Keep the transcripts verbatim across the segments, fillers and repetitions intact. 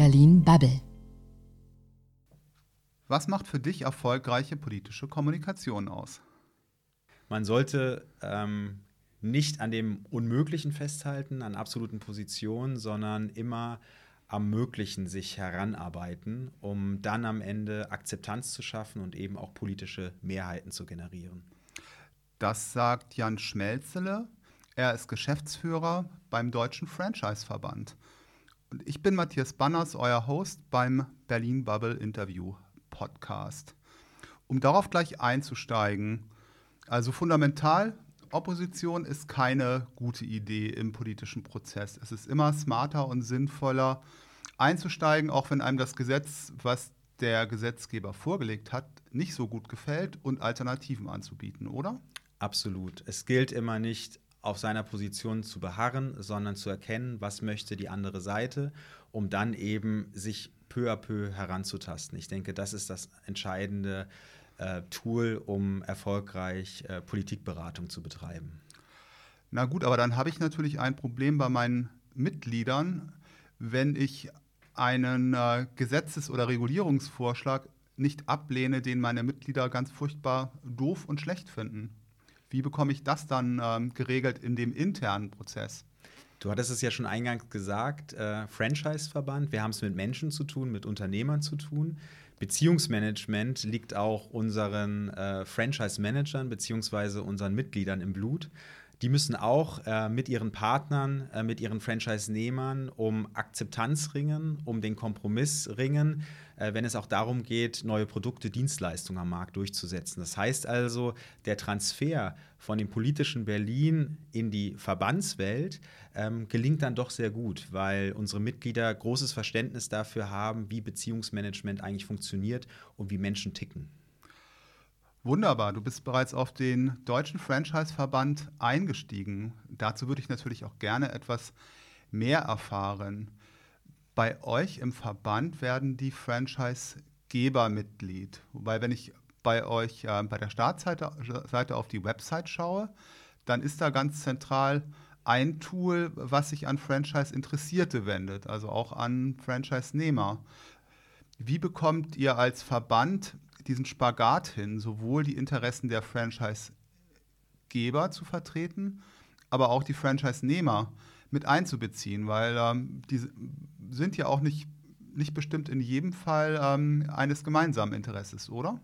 Berlin Bubble. Was macht für dich erfolgreiche politische Kommunikation aus? Man sollte ähm, nicht an dem Unmöglichen festhalten, an absoluten Positionen, sondern immer am Möglichen sich heranarbeiten, um dann am Ende Akzeptanz zu schaffen und eben auch politische Mehrheiten zu generieren. Das sagt Jan Schmelzele. Er ist Geschäftsführer beim Deutschen Franchise-Verband. Und ich bin Matthias Banners, euer Host beim Berlin Bubble Interview Podcast. Um darauf gleich einzusteigen, also fundamental, Opposition ist keine gute Idee im politischen Prozess. Es ist immer smarter und sinnvoller einzusteigen, auch wenn einem das Gesetz, was der Gesetzgeber vorgelegt hat, nicht so gut gefällt und Alternativen anzubieten, oder? Absolut. Es gilt immer nicht, auf seiner Position zu beharren, sondern zu erkennen, was möchte die andere Seite, um dann eben sich peu à peu heranzutasten. Ich denke, das ist das entscheidende äh, Tool, um erfolgreich äh, Politikberatung zu betreiben. Na gut, aber dann habe ich natürlich ein Problem bei meinen Mitgliedern, wenn ich einen äh, Gesetzes- oder Regulierungsvorschlag nicht ablehne, den meine Mitglieder ganz furchtbar doof und schlecht finden. Wie bekomme ich das dann ähm, geregelt in dem internen Prozess? Du hattest es ja schon eingangs gesagt, äh, Franchise-Verband, wir haben es mit Menschen zu tun, mit Unternehmern zu tun. Beziehungsmanagement liegt auch unseren äh, Franchise-Managern bzw. unseren Mitgliedern im Blut. Die müssen auch äh, mit ihren Partnern, äh, mit ihren Franchise-Nehmern um Akzeptanz ringen, um den Kompromiss ringen, äh, wenn es auch darum geht, neue Produkte, Dienstleistungen am Markt durchzusetzen. Das heißt also, der Transfer von dem politischen Berlin in die Verbandswelt ähm, gelingt dann doch sehr gut, weil unsere Mitglieder großes Verständnis dafür haben, wie Beziehungsmanagement eigentlich funktioniert und wie Menschen ticken. Wunderbar, du bist bereits auf den Deutschen Franchise-Verband eingestiegen. Dazu würde ich natürlich auch gerne etwas mehr erfahren. Bei euch im Verband werden die Franchise-Geber Mitglied. Wobei, wenn ich bei euch äh, bei der Startseite Seite auf die Website schaue, dann ist da ganz zentral ein Tool, was sich an Franchise-Interessierte wendet, also auch an Franchise-Nehmer. Wie bekommt ihr als Verband diesen Spagat hin, sowohl die Interessen der Franchise-Geber zu vertreten, aber auch die Franchise-Nehmer mit einzubeziehen, weil ähm, die sind ja auch nicht, nicht bestimmt in jedem Fall ähm, eines gemeinsamen Interesses, oder?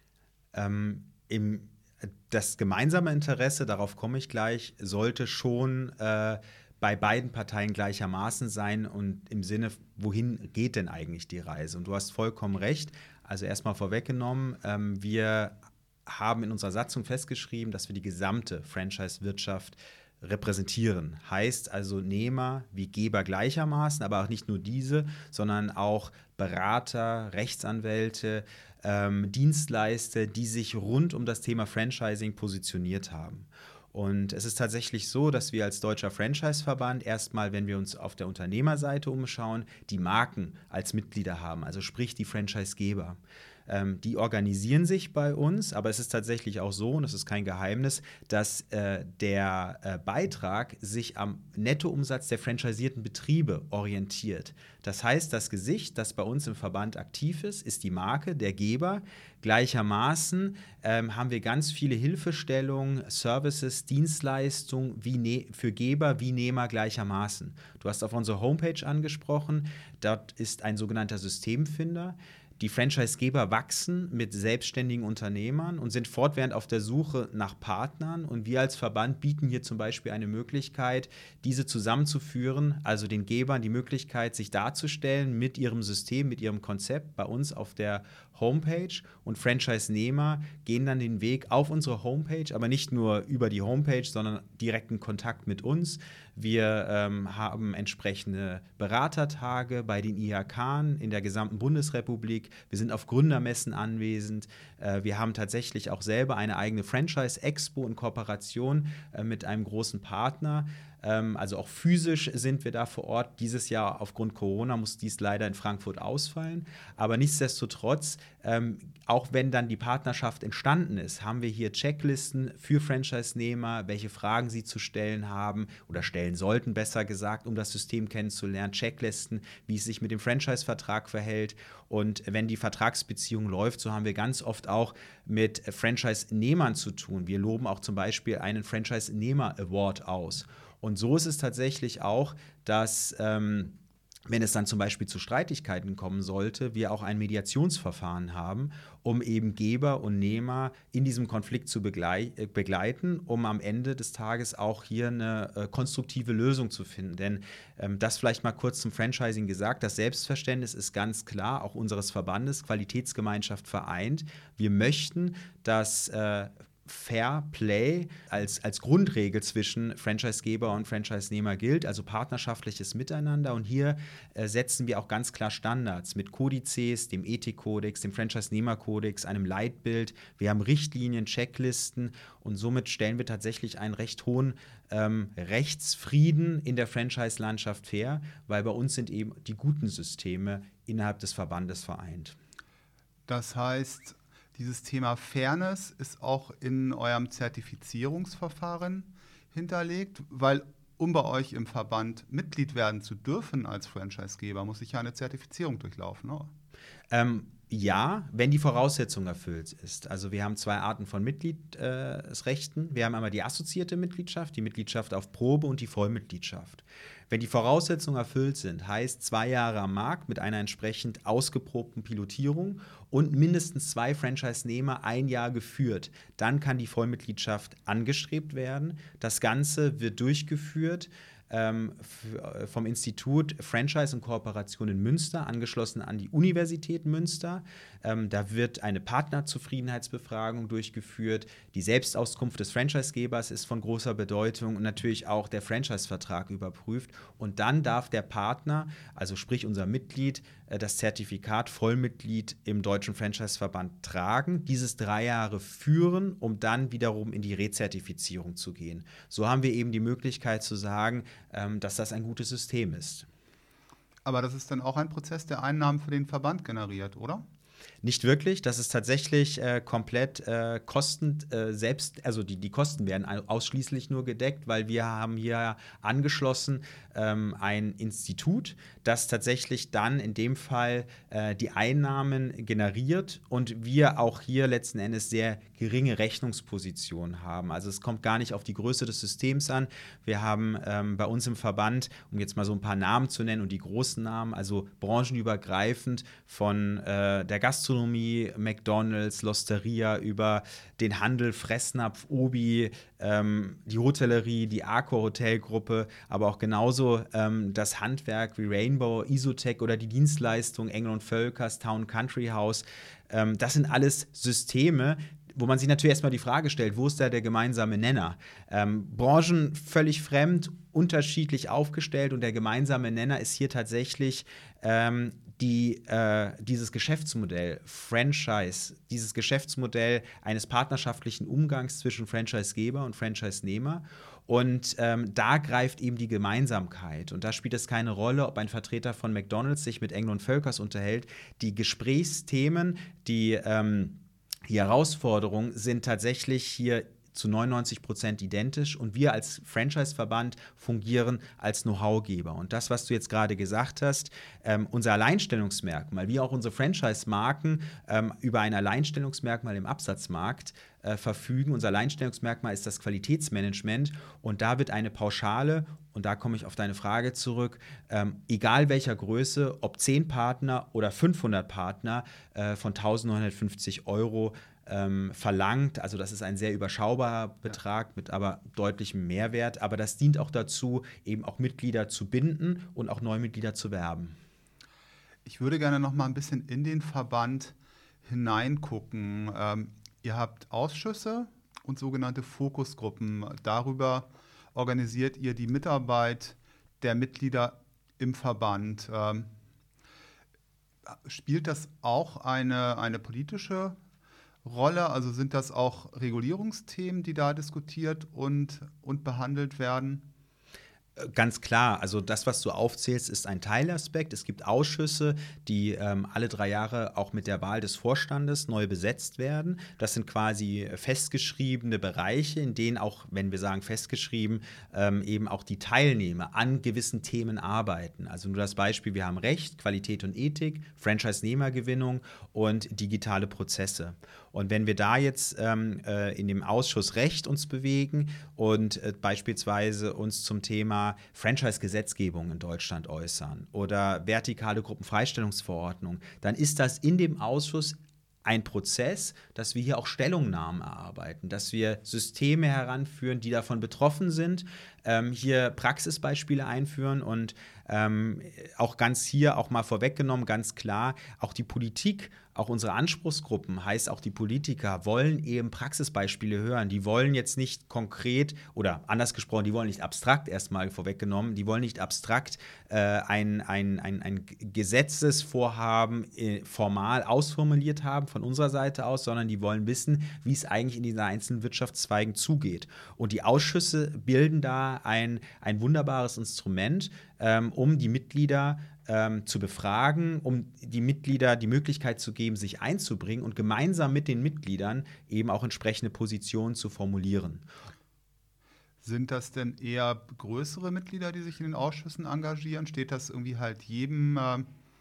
Ähm, im, das gemeinsame Interesse, darauf komme ich gleich, sollte schon äh, bei beiden Parteien gleichermaßen sein und im Sinne, wohin geht denn eigentlich die Reise? Und du hast vollkommen recht. Also erstmal vorweggenommen, ähm, wir haben in unserer Satzung festgeschrieben, dass wir die gesamte Franchise-Wirtschaft repräsentieren. Heißt also Nehmer wie Geber gleichermaßen, aber auch nicht nur diese, sondern auch Berater, Rechtsanwälte, ähm, Dienstleister, die sich rund um das Thema Franchising positioniert haben. Und es ist tatsächlich so, dass wir als Deutscher Franchise-Verband erstmal, wenn wir uns auf der Unternehmerseite umschauen, die Marken als Mitglieder haben, also sprich die Franchise-Geber. Ähm, die organisieren sich bei uns, aber es ist tatsächlich auch so, und das ist kein Geheimnis, dass äh, der äh, Beitrag sich am Nettoumsatz der franchisierten Betriebe orientiert. Das heißt, das Gesicht, das bei uns im Verband aktiv ist, ist die Marke, der Geber. Gleichermaßen ähm, haben wir ganz viele Hilfestellungen, Services, Dienstleistungen wie ne- für Geber wie Nehmer gleichermaßen. Du hast auf unsere Homepage angesprochen, dort ist ein sogenannter Systemfinder. Die Franchise-Geber wachsen mit selbstständigen Unternehmern und sind fortwährend auf der Suche nach Partnern. Und wir als Verband bieten hier zum Beispiel eine Möglichkeit, diese zusammenzuführen, also den Gebern die Möglichkeit, sich darzustellen mit ihrem System, mit ihrem Konzept bei uns auf der Homepage. Und Franchise-Nehmer gehen dann den Weg auf unsere Homepage, aber nicht nur über die Homepage, sondern direkten Kontakt mit uns. Wir ähm, haben entsprechende Beratertage bei den I H K in der gesamten Bundesrepublik. Wir sind auf Gründermessen anwesend. Äh, wir haben tatsächlich auch selber eine eigene Franchise-Expo in Kooperation äh, mit einem großen Partner. Ähm, also auch physisch sind wir da vor Ort. Dieses Jahr aufgrund Corona muss dies leider in Frankfurt ausfallen. Aber nichtsdestotrotz, ähm, auch wenn dann die Partnerschaft entstanden ist, haben wir hier Checklisten für Franchise-Nehmer, welche Fragen sie zu stellen haben oder stellen sollten, besser gesagt, um das System kennenzulernen. Checklisten, wie es sich mit dem Franchise-Vertrag verhält. Und wenn die Vertragsbeziehung läuft, so haben wir ganz oft auch mit Franchise-Nehmern zu tun. Wir loben auch zum Beispiel einen Franchise-Nehmer-Award aus. Und so ist es tatsächlich auch, dass ähm, wenn es dann zum Beispiel zu Streitigkeiten kommen sollte, wir auch ein Mediationsverfahren haben, um eben Geber und Nehmer in diesem Konflikt zu beglei- äh, begleiten, um am Ende des Tages auch hier eine äh, konstruktive Lösung zu finden. Denn ähm, das vielleicht mal kurz zum Franchising gesagt, das Selbstverständnis ist ganz klar, auch unseres Verbandes, Qualitätsgemeinschaft vereint. Wir möchten, dass äh, Fair Play als, als Grundregel zwischen Franchisegeber und Franchise-Nehmer gilt, also partnerschaftliches Miteinander. Und hier äh, setzen wir auch ganz klar Standards mit Kodizes, dem Ethikkodex, dem Franchise-Nehmer-Kodex, einem Leitbild. Wir haben Richtlinien, Checklisten und somit stellen wir tatsächlich einen recht hohen ähm, Rechtsfrieden in der Franchise-Landschaft her, weil bei uns sind eben die guten Systeme innerhalb des Verbandes vereint. Das heißt, dieses Thema Fairness ist auch in eurem Zertifizierungsverfahren hinterlegt, weil um bei euch im Verband Mitglied werden zu dürfen als Franchisegeber, muss ich ja eine Zertifizierung durchlaufen, oder? Ähm, ja, wenn die Voraussetzung erfüllt ist. Also wir haben zwei Arten von Mitgliedsrechten. Äh, wir haben einmal die assoziierte Mitgliedschaft, die Mitgliedschaft auf Probe und die Vollmitgliedschaft. Wenn die Voraussetzungen erfüllt sind, heißt zwei Jahre am Markt mit einer entsprechend ausgeprobten Pilotierung und mindestens zwei Franchise-Nehmer ein Jahr geführt, dann kann die Vollmitgliedschaft angestrebt werden. Das Ganze wird durchgeführt ähm, vom Institut Franchise und Kooperation in Münster, angeschlossen an die Universität Münster. Ähm, da wird eine Partnerzufriedenheitsbefragung durchgeführt. Die Selbstauskunft des Franchisegebers ist von großer Bedeutung und natürlich auch der Franchise-Vertrag überprüft. Und dann darf der Partner, also sprich unser Mitglied, äh, das Zertifikat Vollmitglied im Deutschen Franchise-Verband tragen, dieses drei Jahre führen, um dann wiederum in die Rezertifizierung zu gehen. So haben wir eben die Möglichkeit zu sagen, ähm, dass das ein gutes System ist. Aber das ist dann auch ein Prozess, der Einnahmen für den Verband generiert, oder? Nicht wirklich, das ist tatsächlich äh, komplett äh, Kosten äh, selbst, also die, die Kosten werden ausschließlich nur gedeckt, weil wir haben hier angeschlossen ähm, ein Institut, das tatsächlich dann in dem Fall äh, die Einnahmen generiert und wir auch hier letzten Endes sehr geringe Rechnungspositionen haben. Also es kommt gar nicht auf die Größe des Systems an. Wir haben ähm, bei uns im Verband, um jetzt mal so ein paar Namen zu nennen und die großen Namen, also branchenübergreifend von äh, der Gastronomie, McDonald's, L'Osteria über den Handel, Fressnapf, Obi, ähm, die Hotellerie, die Accor Hotelgruppe, aber auch genauso ähm, das Handwerk wie Rainbow, Isotec oder die Dienstleistung Engel und Völkers, Town Country House. Ähm, das sind alles Systeme, wo man sich natürlich erstmal die Frage stellt, wo ist da der gemeinsame Nenner? Ähm, Branchen völlig fremd, unterschiedlich aufgestellt und der gemeinsame Nenner ist hier tatsächlich ähm, die, äh, dieses Geschäftsmodell, Franchise, dieses Geschäftsmodell eines partnerschaftlichen Umgangs zwischen Franchisegeber und Franchise-Nehmer. Und ähm, da greift eben die Gemeinsamkeit. Und da spielt es keine Rolle, ob ein Vertreter von McDonald's sich mit Engel und Völkers unterhält. Die Gesprächsthemen, die ähm, Die Herausforderungen sind tatsächlich hier zu neunundneunzig Prozent identisch und wir als Franchise-Verband fungieren als Know-how-Geber. Und das, was du jetzt gerade gesagt hast, ähm, unser Alleinstellungsmerkmal, wie auch unsere Franchise-Marken ähm, über ein Alleinstellungsmerkmal im Absatzmarkt äh, verfügen. Unser Alleinstellungsmerkmal ist das Qualitätsmanagement und da wird eine Pauschale, und da komme ich auf deine Frage zurück, ähm, egal welcher Größe, ob zehn Partner oder fünfhundert Partner, äh, von eintausendneunhundertfünfzig Euro ähm, verlangt. Also das ist ein sehr überschaubarer Betrag, ja, mit aber deutlichem Mehrwert. Aber das dient auch dazu, eben auch Mitglieder zu binden und auch Neumitglieder zu werben. Ich würde gerne noch mal ein bisschen in den Verband hineingucken. Ähm, ihr habt Ausschüsse und sogenannte Fokusgruppen. Darüber organisiert ihr die Mitarbeit der Mitglieder im Verband. Ähm, spielt das auch eine, eine politische Rolle? Also sind das auch Regulierungsthemen, die da diskutiert und, und behandelt werden? Ganz klar, also das, was du aufzählst, ist ein Teilaspekt. Es gibt Ausschüsse, die ähm, alle drei Jahre auch mit der Wahl des Vorstandes neu besetzt werden. Das sind quasi festgeschriebene Bereiche, in denen auch, wenn wir sagen festgeschrieben, ähm, eben auch die Teilnehmer an gewissen Themen arbeiten. Also nur das Beispiel, wir haben Recht, Qualität und Ethik, Franchise-Nehmergewinnung und digitale Prozesse. Und wenn wir da jetzt ähm, äh, in dem Ausschuss Recht uns bewegen und äh, beispielsweise uns zum Thema Franchise-Gesetzgebung in Deutschland äußern oder vertikale Gruppenfreistellungsverordnung, dann ist das in dem Ausschuss ein Prozess, dass wir hier auch Stellungnahmen erarbeiten, dass wir Systeme heranführen, die davon betroffen sind, ähm, hier Praxisbeispiele einführen und ähm, auch ganz hier auch mal vorweggenommen, ganz klar, auch die Politik, auch unsere Anspruchsgruppen, heißt auch die Politiker, wollen eben Praxisbeispiele hören. Die wollen jetzt nicht konkret oder anders gesprochen, die wollen nicht abstrakt erstmal vorweggenommen, die wollen nicht abstrakt äh, ein, ein, ein, ein Gesetzesvorhaben äh, formal ausformuliert haben von unserer Seite aus, sondern die wollen wissen, wie es eigentlich in diesen einzelnen Wirtschaftszweigen zugeht. Und die Ausschüsse bilden da ein, ein wunderbares Instrument, ähm, um die Mitglieder ähm, zu befragen, um die Mitglieder die Möglichkeit zu geben, sich einzubringen und gemeinsam mit den Mitgliedern eben auch entsprechende Positionen zu formulieren. Sind das denn eher größere Mitglieder, die sich in den Ausschüssen engagieren? Steht das irgendwie halt jedem, äh,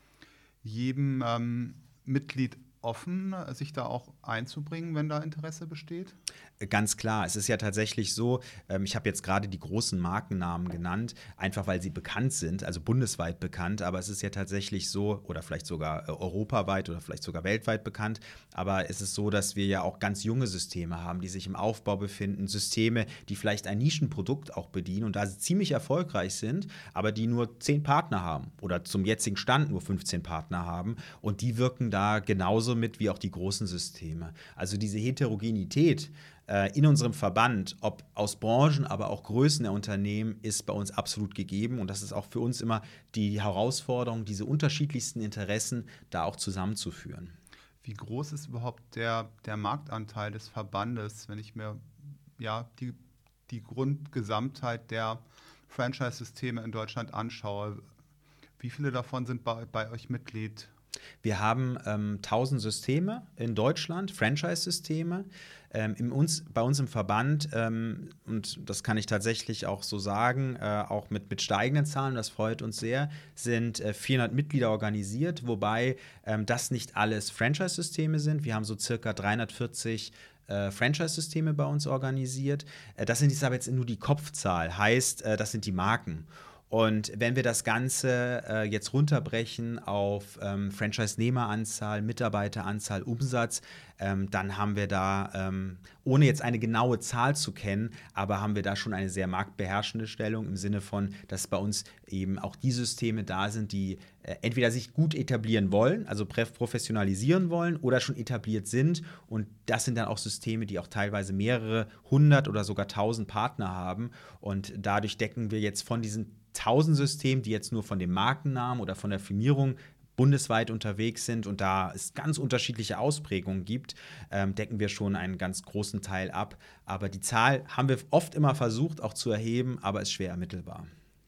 jedem ähm, Mitglied offen, sich da auch einzubringen, wenn da Interesse besteht? Ganz klar, es ist ja tatsächlich so, ähm, ich habe jetzt gerade die großen Markennamen genannt, einfach weil sie bekannt sind, also bundesweit bekannt, aber es ist ja tatsächlich so, oder vielleicht sogar äh, europaweit oder vielleicht sogar weltweit bekannt, aber es ist so, dass wir ja auch ganz junge Systeme haben, die sich im Aufbau befinden, Systeme, die vielleicht ein Nischenprodukt auch bedienen und da sie ziemlich erfolgreich sind, aber die nur zehn Partner haben oder zum jetzigen Stand nur fünfzehn Partner haben und die wirken da genauso mit wie auch die großen Systeme. Also diese Heterogenität äh, in unserem Verband, ob aus Branchen, aber auch Größen der Unternehmen, ist bei uns absolut gegeben. Und das ist auch für uns immer die Herausforderung, diese unterschiedlichsten Interessen da auch zusammenzuführen. Wie groß ist überhaupt der, der Marktanteil des Verbandes, wenn ich mir ja, die, die Grundgesamtheit der Franchise-Systeme in Deutschland anschaue? Wie viele davon sind bei, bei euch Mitglied? Wir haben ähm, tausend Systeme in Deutschland, Franchise-Systeme. Ähm, in uns, bei uns im Verband, ähm, und das kann ich tatsächlich auch so sagen, äh, auch mit, mit steigenden Zahlen, das freut uns sehr, sind äh, vierhundert Mitglieder organisiert, wobei ähm, das nicht alles Franchise-Systeme sind. Wir haben so circa dreihundertvierzig äh, Franchise-Systeme bei uns organisiert. Äh, das sind jetzt aber jetzt nur die Kopfzahl, heißt, äh, das sind die Marken. Und wenn wir das Ganze äh, jetzt runterbrechen auf ähm, Franchise-Nehmeranzahl, Mitarbeiteranzahl, Umsatz, ähm, dann haben wir da, ähm, ohne jetzt eine genaue Zahl zu kennen, aber haben wir da schon eine sehr marktbeherrschende Stellung im Sinne von, dass bei uns eben auch die Systeme da sind, die äh, entweder sich gut etablieren wollen, also professionalisieren wollen oder schon etabliert sind. Und das sind dann auch Systeme, die auch teilweise mehrere hundert oder sogar tausend Partner haben. Und dadurch decken wir jetzt von diesen tausend Systemen, die jetzt nur von dem Markennamen oder von der Firmierung bundesweit unterwegs sind und da es ganz unterschiedliche Ausprägungen gibt, ähm, decken wir schon einen ganz großen Teil ab. Aber die Zahl haben wir oft immer versucht auch zu erheben, aber ist schwer ermittelbar.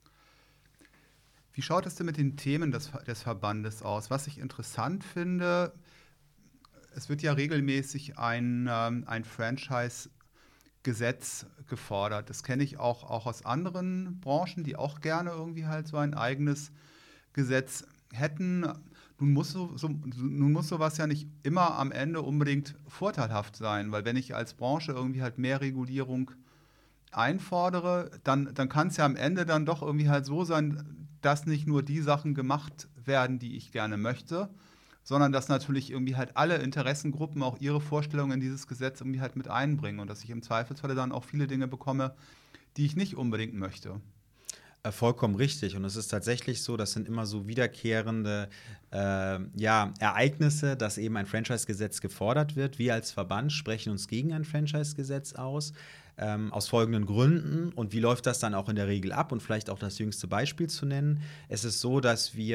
Wie schaut es denn mit den Themen des, des Verbandes aus? Was ich interessant finde, es wird ja regelmäßig ein, ähm, ein Franchise Gesetz gefordert. Das kenne ich auch, auch aus anderen Branchen, die auch gerne irgendwie halt so ein eigenes Gesetz hätten. Nun muss, so, so, nun muss sowas ja nicht immer am Ende unbedingt vorteilhaft sein, weil wenn ich als Branche irgendwie halt mehr Regulierung einfordere, dann, dann kann es ja am Ende dann doch irgendwie halt so sein, dass nicht nur die Sachen gemacht werden, die ich gerne möchte, sondern dass natürlich irgendwie halt alle Interessengruppen auch ihre Vorstellungen in dieses Gesetz irgendwie halt mit einbringen und dass ich im Zweifelsfalle dann auch viele Dinge bekomme, die ich nicht unbedingt möchte. Vollkommen richtig. Und es ist tatsächlich so, das sind immer so wiederkehrende äh, ja, Ereignisse, dass eben ein Franchise-Gesetz gefordert wird. Wir als Verband sprechen uns gegen ein Franchise-Gesetz aus, ähm, aus folgenden Gründen. Und wie läuft das dann auch in der Regel ab? Und vielleicht auch das jüngste Beispiel zu nennen. Es ist so, dass wir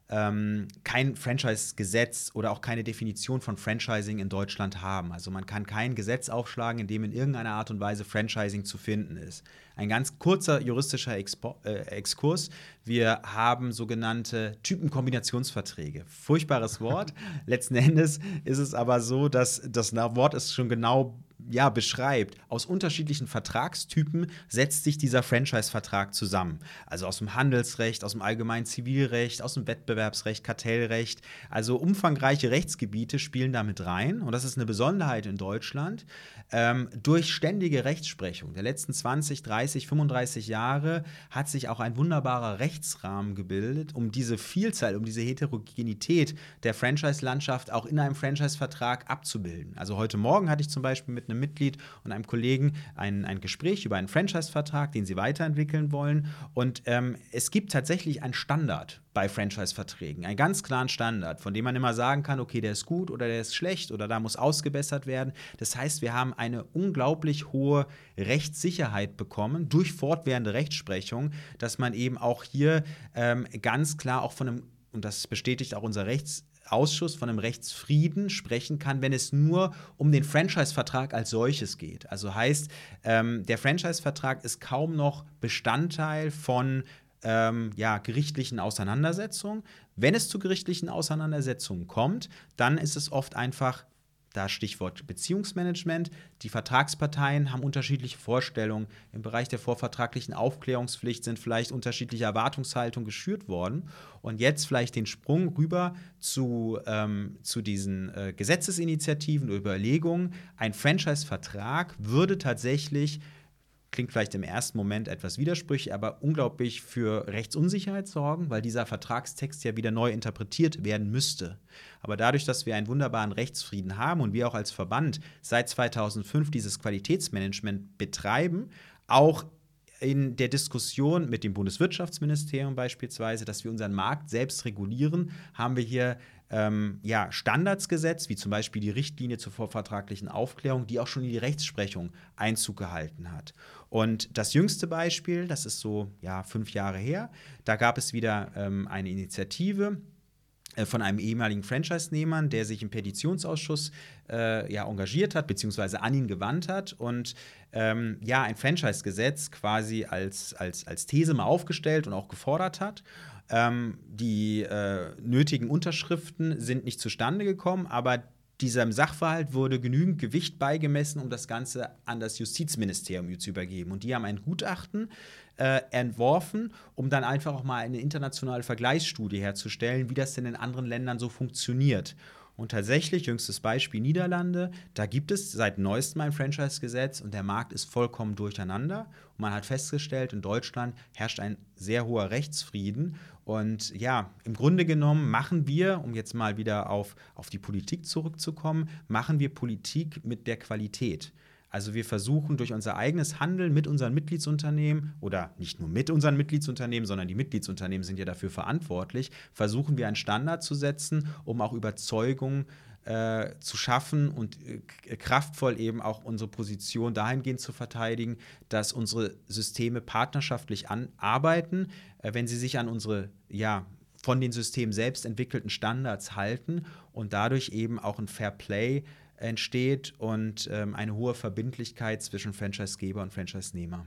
ähm, kein Franchise-Gesetz oder auch keine Definition von Franchising in Deutschland haben. Also man kann kein Gesetz aufschlagen, in dem in irgendeiner Art und Weise Franchising zu finden ist. Ein ganz kurzer juristischer Expo äh, Exkurs. Wir haben sogenannte Typenkombinationsverträge. Furchtbares Wort. Letzten Endes ist es aber so, dass das Wort es schon genau ja, beschreibt. Aus unterschiedlichen Vertragstypen setzt sich dieser Franchise-Vertrag zusammen. Also aus dem Handelsrecht, aus dem allgemeinen Zivilrecht, aus dem Wettbewerbsrecht, Kartellrecht. Also umfangreiche Rechtsgebiete spielen damit rein. Und das ist eine Besonderheit in Deutschland. Ähm, durch ständige Rechtsprechung der letzten zwanzig, dreißig, fünfunddreißig Jahre hat sich auch ein wunderbarer Rechtsrahmen gebildet, um diese Vielzahl, um diese Heterogenität der Franchise-Landschaft auch in einem Franchise-Vertrag abzubilden. Also heute Morgen hatte ich zum Beispiel mit einem Mitglied und einem Kollegen ein, ein Gespräch über einen Franchise-Vertrag, den sie weiterentwickeln wollen. Und ähm, es gibt tatsächlich einen Standard bei Franchise-Verträgen, einen ganz klaren Standard, von dem man immer sagen kann, okay, der ist gut oder der ist schlecht oder da muss ausgebessert werden. Das heißt, wir haben eine unglaublich hohe Rechtssicherheit bekommen durch fortwährende Rechtsprechung, dass man eben auch hier ähm, ganz klar auch von einem, und das bestätigt auch unser Rechts Ausschuss von einem Rechtsfrieden sprechen kann, wenn es nur um den Franchise-Vertrag als solches geht. Also heißt, ähm, der Franchise-Vertrag ist kaum noch Bestandteil von ähm, ja, gerichtlichen Auseinandersetzungen. Wenn es zu gerichtlichen Auseinandersetzungen kommt, dann ist es oft einfach, da Stichwort Beziehungsmanagement, die Vertragsparteien haben unterschiedliche Vorstellungen. Im Bereich der vorvertraglichen Aufklärungspflicht sind vielleicht unterschiedliche Erwartungshaltungen geschürt worden. Und jetzt vielleicht den Sprung rüber zu, ähm, zu diesen äh, Gesetzesinitiativen oder Überlegungen. Ein Franchise-Vertrag würde tatsächlich, klingt vielleicht im ersten Moment etwas widersprüchlich, aber unglaublich für Rechtsunsicherheit sorgen, weil dieser Vertragstext ja wieder neu interpretiert werden müsste. Aber dadurch, dass wir einen wunderbaren Rechtsfrieden haben und wir auch als Verband seit zweitausendfünf dieses Qualitätsmanagement betreiben, auch in der Diskussion mit dem Bundeswirtschaftsministerium beispielsweise, dass wir unseren Markt selbst regulieren, haben wir hier ähm, ja, Standards gesetzt, wie zum Beispiel die Richtlinie zur vorvertraglichen Aufklärung, die auch schon in die Rechtsprechung Einzug gehalten hat. Und das jüngste Beispiel, das ist so ja, fünf Jahre her, da gab es wieder ähm, eine Initiative von einem ehemaligen Franchise-Nehmer, der sich im Petitionsausschuss äh, ja, engagiert hat, beziehungsweise an ihn gewandt hat und ähm, ja, ein Franchise-Gesetz quasi als, als, als These mal aufgestellt und auch gefordert hat. Ähm, die äh, nötigen Unterschriften sind nicht zustande gekommen, aber diesem Sachverhalt wurde genügend Gewicht beigemessen, um das Ganze an das Justizministerium zu übergeben. Und die haben ein Gutachten äh, entworfen, um dann einfach auch mal eine internationale Vergleichsstudie herzustellen, wie das denn in anderen Ländern so funktioniert. Und tatsächlich, jüngstes Beispiel Niederlande, da gibt es seit neuestem ein Franchise-Gesetz und der Markt ist vollkommen durcheinander. Und man hat festgestellt, in Deutschland herrscht ein sehr hoher Rechtsfrieden. Und ja, im Grunde genommen machen wir, um jetzt mal wieder auf, auf die Politik zurückzukommen, machen wir Politik mit der Qualität. Also wir versuchen durch unser eigenes Handeln mit unseren Mitgliedsunternehmen oder nicht nur mit unseren Mitgliedsunternehmen, sondern die Mitgliedsunternehmen sind ja dafür verantwortlich, versuchen wir einen Standard zu setzen, um auch Überzeugung äh, zu schaffen und äh, kraftvoll eben auch unsere Position dahingehend zu verteidigen, dass unsere Systeme partnerschaftlich an arbeiten, äh, wenn sie sich an unsere, ja, von den Systemen selbst entwickelten Standards halten und dadurch eben auch ein Fair Play entsteht und ähm, eine hohe Verbindlichkeit zwischen Franchisegeber und Franchise-Nehmer.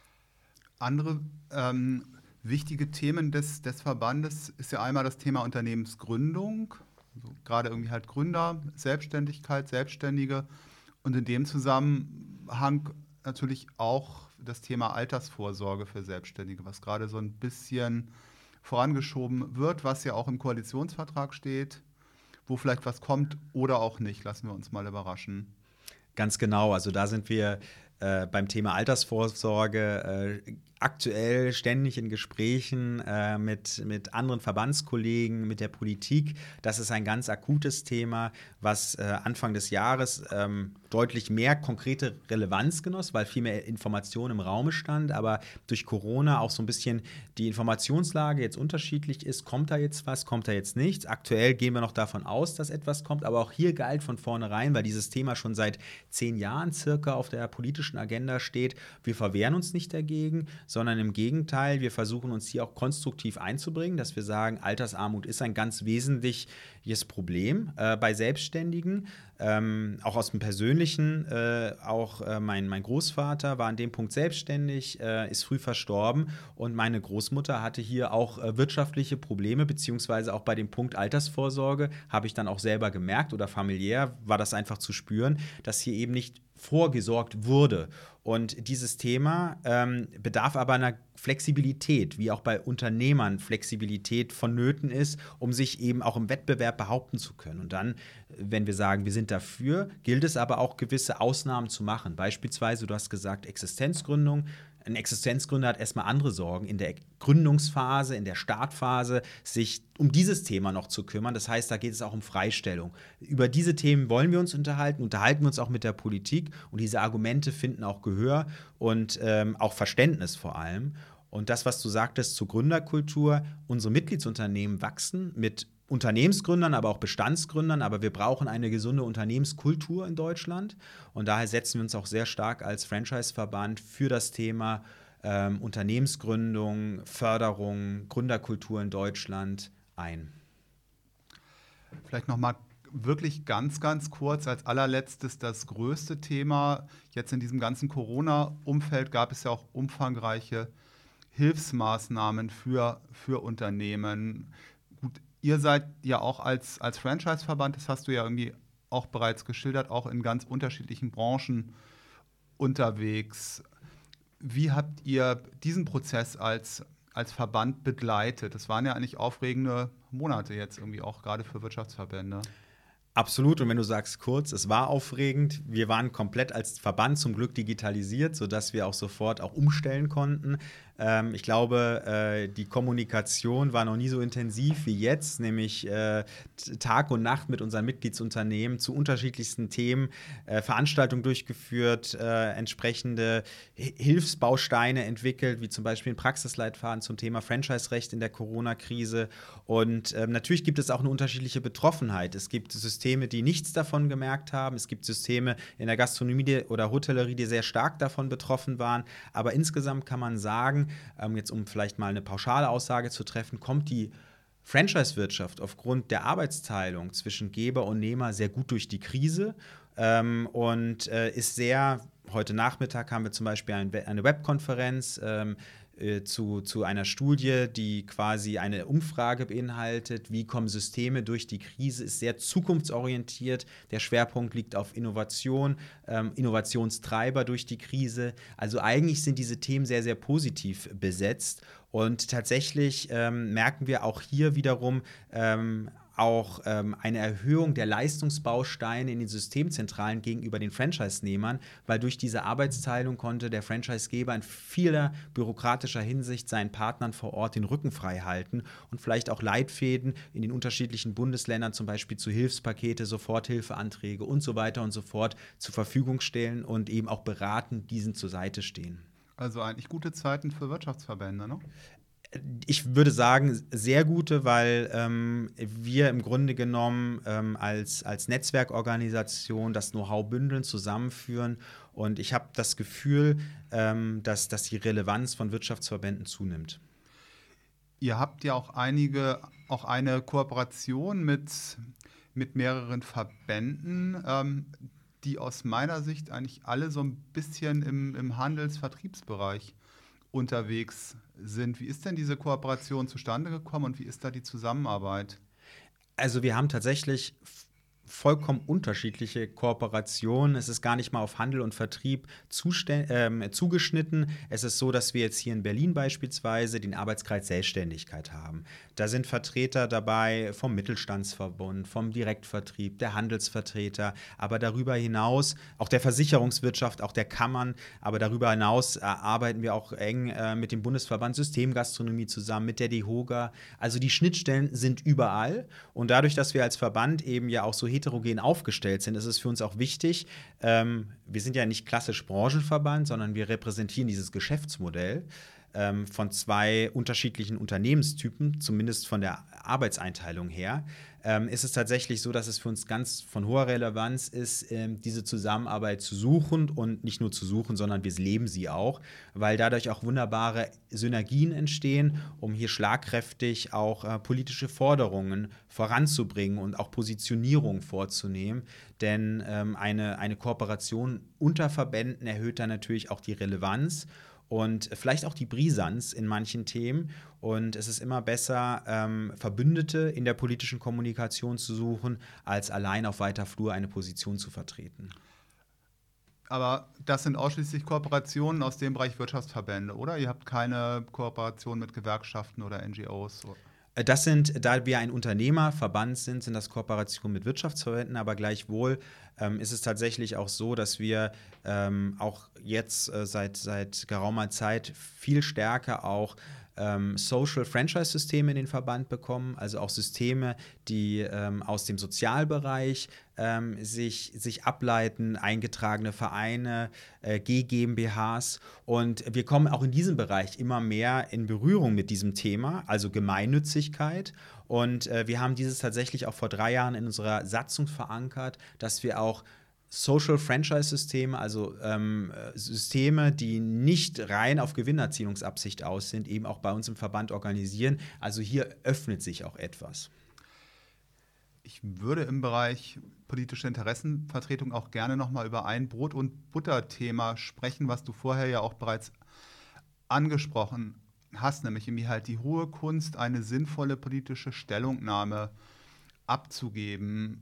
Andere ähm, wichtige Themen des, des Verbandes ist ja einmal das Thema Unternehmensgründung, also gerade irgendwie halt Gründer, Selbstständigkeit, Selbstständige und in dem Zusammenhang natürlich auch das Thema Altersvorsorge für Selbstständige, was gerade so ein bisschen vorangeschoben wird, was ja auch im Koalitionsvertrag steht, wo vielleicht was kommt oder auch nicht. Lassen wir uns mal überraschen. Ganz genau, also da sind wir äh, beim Thema Altersvorsorge äh, aktuell ständig in Gesprächen äh, mit, mit anderen Verbandskollegen, mit der Politik. Das ist ein ganz akutes Thema, was äh, Anfang des Jahres ähm, deutlich mehr konkrete Relevanz genoss, weil viel mehr Information im Raum stand, aber durch Corona auch so ein bisschen die Informationslage jetzt unterschiedlich ist. Kommt da jetzt was, kommt da jetzt nichts? Aktuell gehen wir noch davon aus, dass etwas kommt, aber auch hier galt von vornherein, weil dieses Thema schon seit zehn Jahren circa auf der politischen politischen Agenda steht. Wir verwehren uns nicht dagegen, sondern im Gegenteil, wir versuchen uns hier auch konstruktiv einzubringen, dass wir sagen, Altersarmut ist ein ganz wesentliches Problem äh, bei Selbstständigen. Ähm, auch aus dem Persönlichen, äh, auch äh, mein, mein Großvater war an dem Punkt selbstständig, äh, ist früh verstorben und meine Großmutter hatte hier auch äh, wirtschaftliche Probleme, beziehungsweise auch bei dem Punkt Altersvorsorge habe ich dann auch selber gemerkt oder familiär war das einfach zu spüren, dass hier eben nicht vorgesorgt wurde. Und dieses Thema ähm, bedarf aber einer Flexibilität, wie auch bei Unternehmern Flexibilität vonnöten ist, um sich eben auch im Wettbewerb behaupten zu können. Und dann, wenn wir sagen, wir sind dafür, gilt es aber auch, gewisse Ausnahmen zu machen. Beispielsweise, du hast gesagt, Existenzgründung. Ein Existenzgründer hat erstmal andere Sorgen, in der Gründungsphase, in der Startphase, sich um dieses Thema noch zu kümmern. Das heißt, da geht es auch um Freistellung. Über diese Themen wollen wir uns unterhalten, unterhalten wir uns auch mit der Politik und diese Argumente finden auch Gehör und ähm, auch Verständnis vor allem. Und das, was du sagtest zur Gründerkultur, unsere Mitgliedsunternehmen wachsen mit Unternehmensgründern, aber auch Bestandsgründern, aber wir brauchen eine gesunde Unternehmenskultur in Deutschland und daher setzen wir uns auch sehr stark als Franchise-Verband für das Thema ähm, Unternehmensgründung, Förderung, Gründerkultur in Deutschland ein. Vielleicht noch mal wirklich ganz, ganz kurz als allerletztes das größte Thema. Jetzt in diesem ganzen Corona-Umfeld gab es ja auch umfangreiche Hilfsmaßnahmen für, für Unternehmen. Gut, ihr seid ja auch als, als Franchise-Verband, das hast du ja irgendwie auch bereits geschildert, auch in ganz unterschiedlichen Branchen unterwegs. Wie habt ihr diesen Prozess als, als Verband begleitet? Das waren ja eigentlich aufregende Monate jetzt irgendwie auch gerade für Wirtschaftsverbände. Absolut. Und wenn du sagst kurz, es war aufregend. Wir waren komplett als Verband zum Glück digitalisiert, sodass wir auch sofort auch umstellen konnten. Ähm, ich glaube, äh, die Kommunikation war noch nie so intensiv wie jetzt, nämlich äh, Tag und Nacht mit unseren Mitgliedsunternehmen zu unterschiedlichsten Themen, äh, Veranstaltungen durchgeführt, äh, entsprechende Hilfsbausteine entwickelt, wie zum Beispiel ein Praxisleitfaden zum Thema Franchise-Recht in der Corona-Krise. Und ähm, natürlich gibt es auch eine unterschiedliche Betroffenheit. Es gibt Systeme, die nichts davon gemerkt haben. Es gibt Systeme in der Gastronomie oder Hotellerie, die sehr stark davon betroffen waren. Aber insgesamt kann man sagen, ähm, jetzt um vielleicht mal eine pauschale Aussage zu treffen, kommt die Franchise-Wirtschaft aufgrund der Arbeitsteilung zwischen Geber und Nehmer sehr gut durch die Krise ähm, und äh, ist sehr, heute Nachmittag haben wir zum Beispiel ein, eine Webkonferenz ähm, Zu, zu einer Studie, die quasi eine Umfrage beinhaltet, wie kommen Systeme durch die Krise, ist sehr zukunftsorientiert. Der Schwerpunkt liegt auf Innovation, ähm, Innovationstreiber durch die Krise. Also eigentlich sind diese Themen sehr, sehr positiv besetzt. Und tatsächlich ähm, merken wir auch hier wiederum, ähm, auch ähm, eine Erhöhung der Leistungsbausteine in den Systemzentralen gegenüber den Franchise-Nehmern, weil durch diese Arbeitsteilung konnte der Franchise-Geber in vieler bürokratischer Hinsicht seinen Partnern vor Ort den Rücken frei halten und vielleicht auch Leitfäden in den unterschiedlichen Bundesländern, zum Beispiel zu Hilfspakete, Soforthilfeanträge und so weiter und so fort zur Verfügung stellen und eben auch beraten, diesen zur Seite stehen. Also eigentlich gute Zeiten für Wirtschaftsverbände, ne? Ich würde sagen, sehr gute, weil ähm, wir im Grunde genommen ähm, als, als Netzwerkorganisation das Know-how bündeln, zusammenführen. Und ich habe das Gefühl, ähm, dass, dass die Relevanz von Wirtschaftsverbänden zunimmt. Ihr habt ja auch einige, auch eine Kooperation mit, mit mehreren Verbänden, ähm, die aus meiner Sicht eigentlich alle so ein bisschen im, im Handels-Vertriebsbereich unterwegs sind. Wie ist denn diese Kooperation zustande gekommen und wie ist da die Zusammenarbeit? Also wir haben tatsächlich vollkommen unterschiedliche Kooperationen. Es ist gar nicht mal auf Handel und Vertrieb ähm, zugeschnitten. Es ist so, dass wir jetzt hier in Berlin beispielsweise den Arbeitskreis Selbstständigkeit haben. Da sind Vertreter dabei vom Mittelstandsverbund, vom Direktvertrieb, der Handelsvertreter, aber darüber hinaus auch der Versicherungswirtschaft, auch der Kammern. Aber darüber hinaus äh, arbeiten wir auch eng äh, mit dem Bundesverband Systemgastronomie zusammen, mit der DEHOGA. Also die Schnittstellen sind überall. Und dadurch, dass wir als Verband eben ja auch so heterogen aufgestellt sind, ist es für uns auch wichtig, ähm, wir sind ja nicht klassisch Branchenverband, sondern wir repräsentieren dieses Geschäftsmodell, ähm, von zwei unterschiedlichen Unternehmenstypen, zumindest von der Arbeitseinteilung her, ähm, ist es tatsächlich so, dass es für uns ganz von hoher Relevanz ist, ähm, diese Zusammenarbeit zu suchen und nicht nur zu suchen, sondern wir leben sie auch, weil dadurch auch wunderbare Synergien entstehen, um hier schlagkräftig auch äh, politische Forderungen voranzubringen und auch Positionierung vorzunehmen. Denn ähm, eine, eine Kooperation unter Verbänden erhöht dann natürlich auch die Relevanz und vielleicht auch die Brisanz in manchen Themen. Und es ist immer besser, ähm, Verbündete in der politischen Kommunikation zu suchen, als allein auf weiter Flur eine Position zu vertreten. Aber das sind ausschließlich Kooperationen aus dem Bereich Wirtschaftsverbände, oder? Ihr habt keine Kooperation mit Gewerkschaften oder N G Os? Das sind, da wir ein Unternehmerverband sind, sind das Kooperationen mit Wirtschaftsverbänden, aber gleichwohl ähm, ist es tatsächlich auch so, dass wir ähm, auch jetzt äh, seit, seit geraumer Zeit viel stärker auch ähm, Social Franchise-Systeme in den Verband bekommen, also auch Systeme, die ähm, aus dem Sozialbereich ähm, sich, sich ableiten, eingetragene Vereine, äh, G GmbHs. Und wir kommen auch in diesem Bereich immer mehr in Berührung mit diesem Thema, also Gemeinnützigkeit. Und äh, wir haben dieses tatsächlich auch vor drei Jahren in unserer Satzung verankert, dass wir auch Social Franchise-Systeme, also ähm, Systeme, die nicht rein auf Gewinnerzielungsabsicht aus sind, eben auch bei uns im Verband organisieren. Also hier öffnet sich auch etwas. Ich würde im Bereich politische Interessenvertretung auch gerne noch mal über ein Brot- und Butter-Thema sprechen, was du vorher ja auch bereits angesprochen hast, nämlich irgendwie halt die hohe Kunst, eine sinnvolle politische Stellungnahme abzugeben.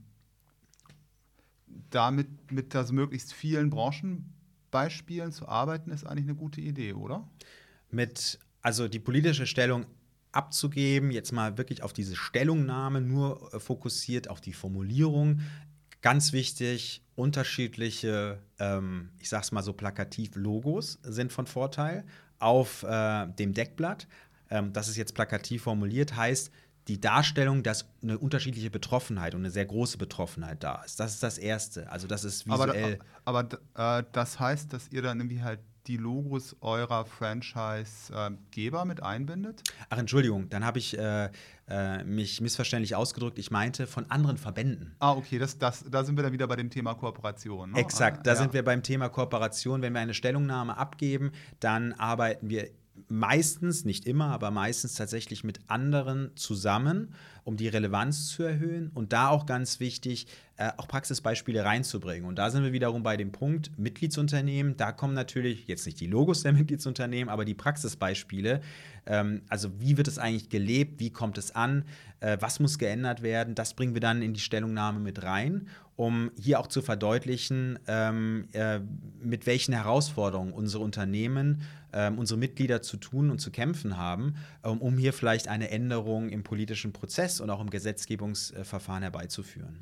Damit mit das möglichst vielen Branchenbeispielen zu arbeiten, ist eigentlich eine gute Idee, oder? Mit, also die politische Stellung abzugeben, jetzt mal wirklich auf diese Stellungnahme nur äh, fokussiert, auf die Formulierung. Ganz wichtig, unterschiedliche, ähm, ich sag's mal so plakativ, Logos sind von Vorteil auf äh, dem Deckblatt. Ähm, das ist jetzt plakativ formuliert, heißt, die Darstellung, dass eine unterschiedliche Betroffenheit und eine sehr große Betroffenheit da ist. Das ist das Erste. Also das ist visuell. Aber, aber äh, das heißt, dass ihr dann irgendwie halt die Logos eurer Franchise-Geber äh, mit einbindet? Ach, Entschuldigung, dann habe ich äh, äh, mich missverständlich ausgedrückt. Ich meinte von anderen Verbänden. Ah, okay, das, das, da sind wir dann wieder bei dem Thema Kooperation. Ne? Exakt, da ja. sind wir beim Thema Kooperation. Wenn wir eine Stellungnahme abgeben, dann arbeiten wir meistens, nicht immer, aber meistens tatsächlich mit anderen zusammen, um die Relevanz zu erhöhen und da auch ganz wichtig, äh, auch Praxisbeispiele reinzubringen. Und da sind wir wiederum bei dem Punkt Mitgliedsunternehmen. Da kommen natürlich jetzt nicht die Logos der Mitgliedsunternehmen, aber die Praxisbeispiele. Ähm, also wie wird es eigentlich gelebt, wie kommt es an, äh, was muss geändert werden, das bringen wir dann in die Stellungnahme mit rein, um hier auch zu verdeutlichen, ähm, äh, mit welchen Herausforderungen unsere Unternehmen, ähm, unsere Mitglieder zu tun und zu kämpfen haben, ähm, um hier vielleicht eine Änderung im politischen Prozess und auch im Gesetzgebungsverfahren herbeizuführen.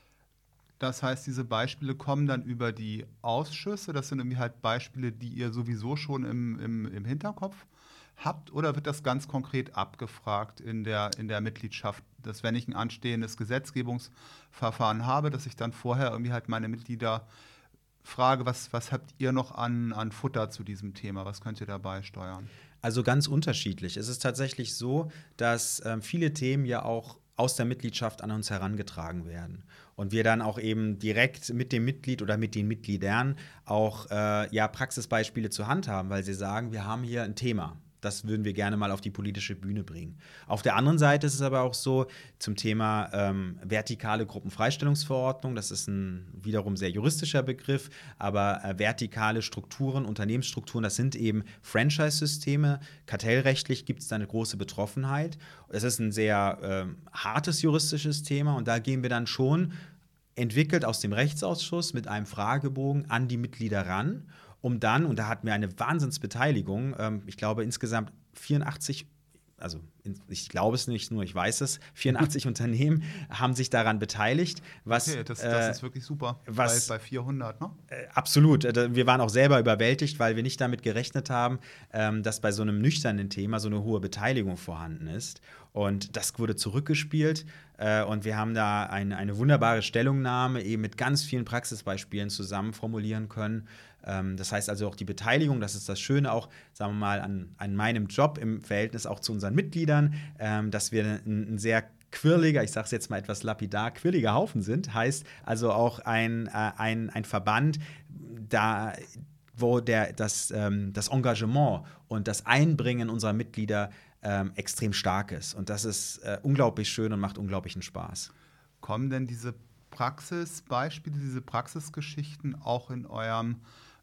Das heißt, diese Beispiele kommen dann über die Ausschüsse, das sind irgendwie halt Beispiele, die ihr sowieso schon im, im, im Hinterkopf habt, oder wird das ganz konkret abgefragt in der, in der Mitgliedschaft, dass wenn ich ein anstehendes Gesetzgebungsverfahren habe, dass ich dann vorher irgendwie halt meine Mitglieder frage, was, was habt ihr noch an, an Futter zu diesem Thema, was könnt ihr dabei steuern? Also ganz unterschiedlich. Es ist tatsächlich so, dass äh, viele Themen ja auch aus der Mitgliedschaft an uns herangetragen werden. Und wir dann auch eben direkt mit dem Mitglied oder mit den Mitgliedern auch äh, ja, Praxisbeispiele zur Hand haben, weil sie sagen, wir haben hier ein Thema. Das würden wir gerne mal auf die politische Bühne bringen. Auf der anderen Seite ist es aber auch so, zum Thema ähm, vertikale Gruppenfreistellungsverordnung, das ist ein wiederum sehr juristischer Begriff, aber äh, vertikale Strukturen, Unternehmensstrukturen, das sind eben Franchise-Systeme. Kartellrechtlich gibt es da eine große Betroffenheit. Es ist ein sehr ähm, hartes juristisches Thema und da gehen wir dann schon entwickelt aus dem Rechtsausschuss mit einem Fragebogen an die Mitglieder ran, um dann, und da hatten wir eine Wahnsinnsbeteiligung, ähm, ich glaube insgesamt vierundachtzig, also ich glaube es nicht nur, ich weiß es, vierundachtzig Unternehmen haben sich daran beteiligt. Was, okay, das, das äh, ist wirklich super, was, bei, bei vierhundert, ne? Äh, absolut, wir waren auch selber überwältigt, weil wir nicht damit gerechnet haben, ähm, dass bei so einem nüchternen Thema so eine hohe Beteiligung vorhanden ist. Und das wurde zurückgespielt äh, und wir haben da ein, eine wunderbare Stellungnahme eben mit ganz vielen Praxisbeispielen zusammen formulieren können. Ähm, das heißt also auch die Beteiligung, das ist das Schöne auch, sagen wir mal, an, an meinem Job im Verhältnis auch zu unseren Mitgliedern, ähm, dass wir ein, ein sehr quirliger, ich sage es jetzt mal etwas lapidar, quirliger Haufen sind. Heißt also auch ein, äh, ein, ein Verband, da wo der, das, ähm, das Engagement und das Einbringen unserer Mitglieder ähm, extrem stark ist. Und das ist äh, unglaublich schön und macht unglaublichen Spaß. Kommen denn diese Praxisbeispiele, diese Praxisgeschichten auch in eurem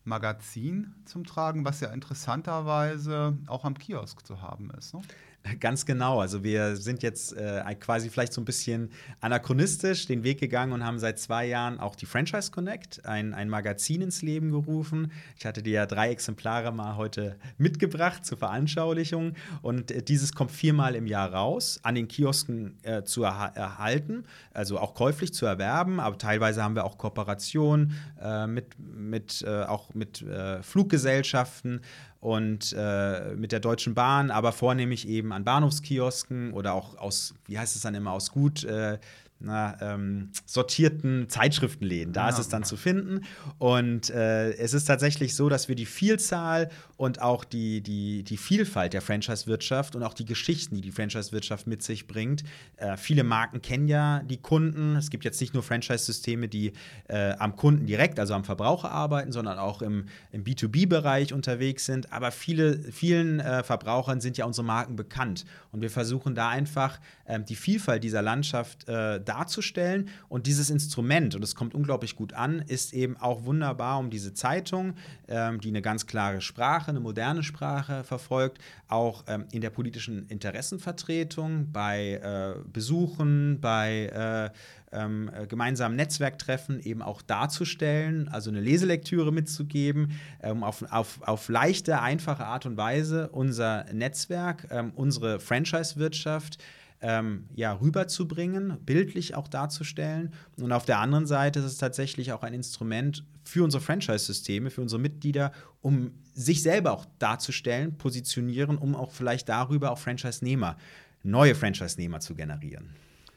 Magazin zum Tragen, was ja interessanterweise auch am Kiosk zu haben ist, ne? Ganz genau. Also wir sind jetzt äh, quasi vielleicht so ein bisschen anachronistisch den Weg gegangen und haben seit zwei Jahren auch die Franchise Connect, ein, ein Magazin ins Leben gerufen. Ich hatte dir ja drei Exemplare mal heute mitgebracht zur Veranschaulichung. Und äh, dieses kommt viermal im Jahr raus, an den Kiosken äh, zu erha- erhalten, also auch käuflich zu erwerben. Aber teilweise haben wir auch Kooperationen äh, mit, mit, äh, auch mit äh, Fluggesellschaften und äh, mit der Deutschen Bahn, aber vornehmlich eben an Bahnhofskiosken oder auch aus, wie heißt es dann immer, aus gut äh, na, ähm, sortierten Zeitschriftenläden. Da Ja. ist es dann zu finden. Und äh, es ist tatsächlich so, dass wir die Vielzahl und auch die, die, die Vielfalt der Franchise-Wirtschaft und auch die Geschichten, die die Franchise-Wirtschaft mit sich bringt. Äh, viele Marken kennen ja die Kunden. Es gibt jetzt nicht nur Franchise-Systeme, die äh, am Kunden direkt, also am Verbraucher arbeiten, sondern auch im, im B zwei B-Bereich unterwegs sind. Aber viele, vielen äh, Verbrauchern sind ja unsere Marken bekannt. Und wir versuchen da einfach äh, die Vielfalt dieser Landschaft äh, darzustellen. Und dieses Instrument, und es kommt unglaublich gut an, ist eben auch wunderbar, um diese Zeitung, ähm, die eine ganz klare Sprache, eine moderne Sprache verfolgt, auch ähm, in der politischen Interessenvertretung, bei äh, Besuchen, bei äh, ähm, gemeinsamen Netzwerktreffen eben auch darzustellen, also eine Leselektüre mitzugeben, ähm, auf, auf, auf leichte, einfache Art und Weise unser Netzwerk, ähm, unsere Franchise-Wirtschaft Ähm, ja, rüberzubringen, bildlich auch darzustellen. Und auf der anderen Seite ist es tatsächlich auch ein Instrument für unsere Franchise-Systeme, für unsere Mitglieder, um sich selber auch darzustellen, positionieren, um auch vielleicht darüber auch Franchise-Nehmer, neue Franchise-Nehmer zu generieren.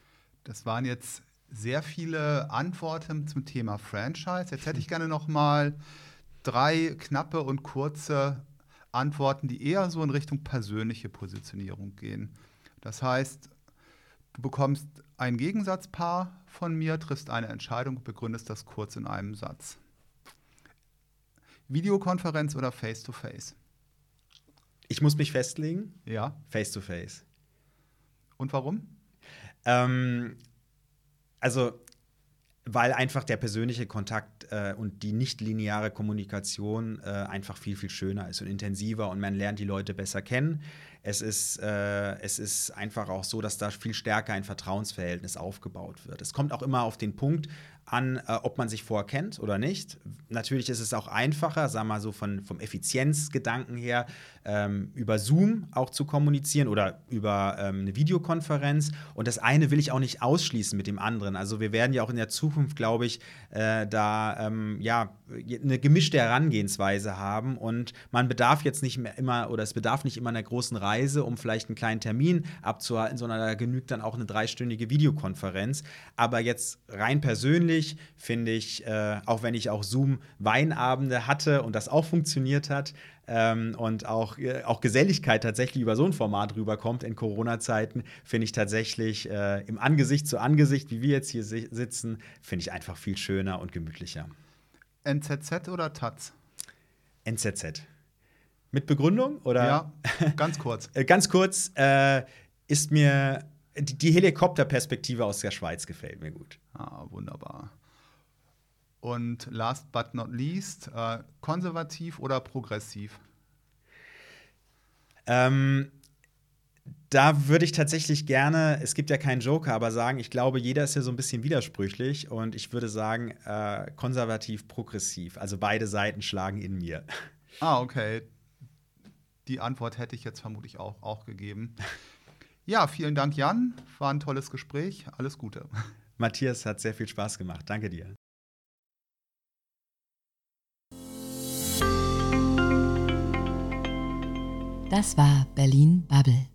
Das waren jetzt sehr viele Antworten zum Thema Franchise. Jetzt hätte ich gerne noch mal drei knappe und kurze Antworten, die eher so in Richtung persönliche Positionierung gehen. Das heißt, du bekommst ein Gegensatzpaar von mir, triffst eine Entscheidung und begründest das kurz in einem Satz. Videokonferenz oder Face-to-Face? Ich muss mich festlegen. Ja. Face-to-Face. Und warum? Ähm, also, weil einfach der persönliche Kontakt äh, und die nicht-lineare Kommunikation äh, einfach viel, viel schöner ist und intensiver und man lernt die Leute besser kennen. Es ist, äh, es ist einfach auch so, dass da viel stärker ein Vertrauensverhältnis aufgebaut wird. Es kommt auch immer auf den Punkt an, äh, ob man sich vorher kennt oder nicht. Natürlich ist es auch einfacher, sagen wir mal so von, vom Effizienzgedanken her, ähm, über Zoom auch zu kommunizieren oder über ähm, eine Videokonferenz. Und das eine will ich auch nicht ausschließen mit dem anderen. Also wir werden ja auch in der Zukunft, glaube ich, äh, da ähm, ja, eine gemischte Herangehensweise haben. Und man bedarf jetzt nicht mehr immer, oder es bedarf nicht immer einer großen Reise, um vielleicht einen kleinen Termin abzuhalten, sondern da genügt dann auch eine dreistündige Videokonferenz. Aber jetzt rein persönlich finde ich, äh, auch wenn ich auch Zoom-Weinabende hatte und das auch funktioniert hat ähm, und auch, äh, auch Geselligkeit tatsächlich über so ein Format rüberkommt in Corona-Zeiten, finde ich tatsächlich äh, im Angesicht zu Angesicht, wie wir jetzt hier si- sitzen, finde ich einfach viel schöner und gemütlicher. N Z Z oder Taz? N Z Z. Mit Begründung? Oder? Ja, ganz kurz. Äh, ganz kurz, äh, ist mir die, die Helikopterperspektive aus der Schweiz gefällt mir gut. Ah, wunderbar. Und last but not least, äh, konservativ oder progressiv? Ähm, da würde ich tatsächlich gerne, es gibt ja keinen Joker, aber sagen, ich glaube, jeder ist ja so ein bisschen widersprüchlich und ich würde sagen, äh, konservativ, progressiv. Also beide Seiten schlagen in mir. Ah, okay. Die Antwort hätte ich jetzt vermutlich auch, auch gegeben. Ja, vielen Dank, Jan. War ein tolles Gespräch. Alles Gute. Matthias, hat sehr viel Spaß gemacht. Danke dir. Das war Berlin Bubble.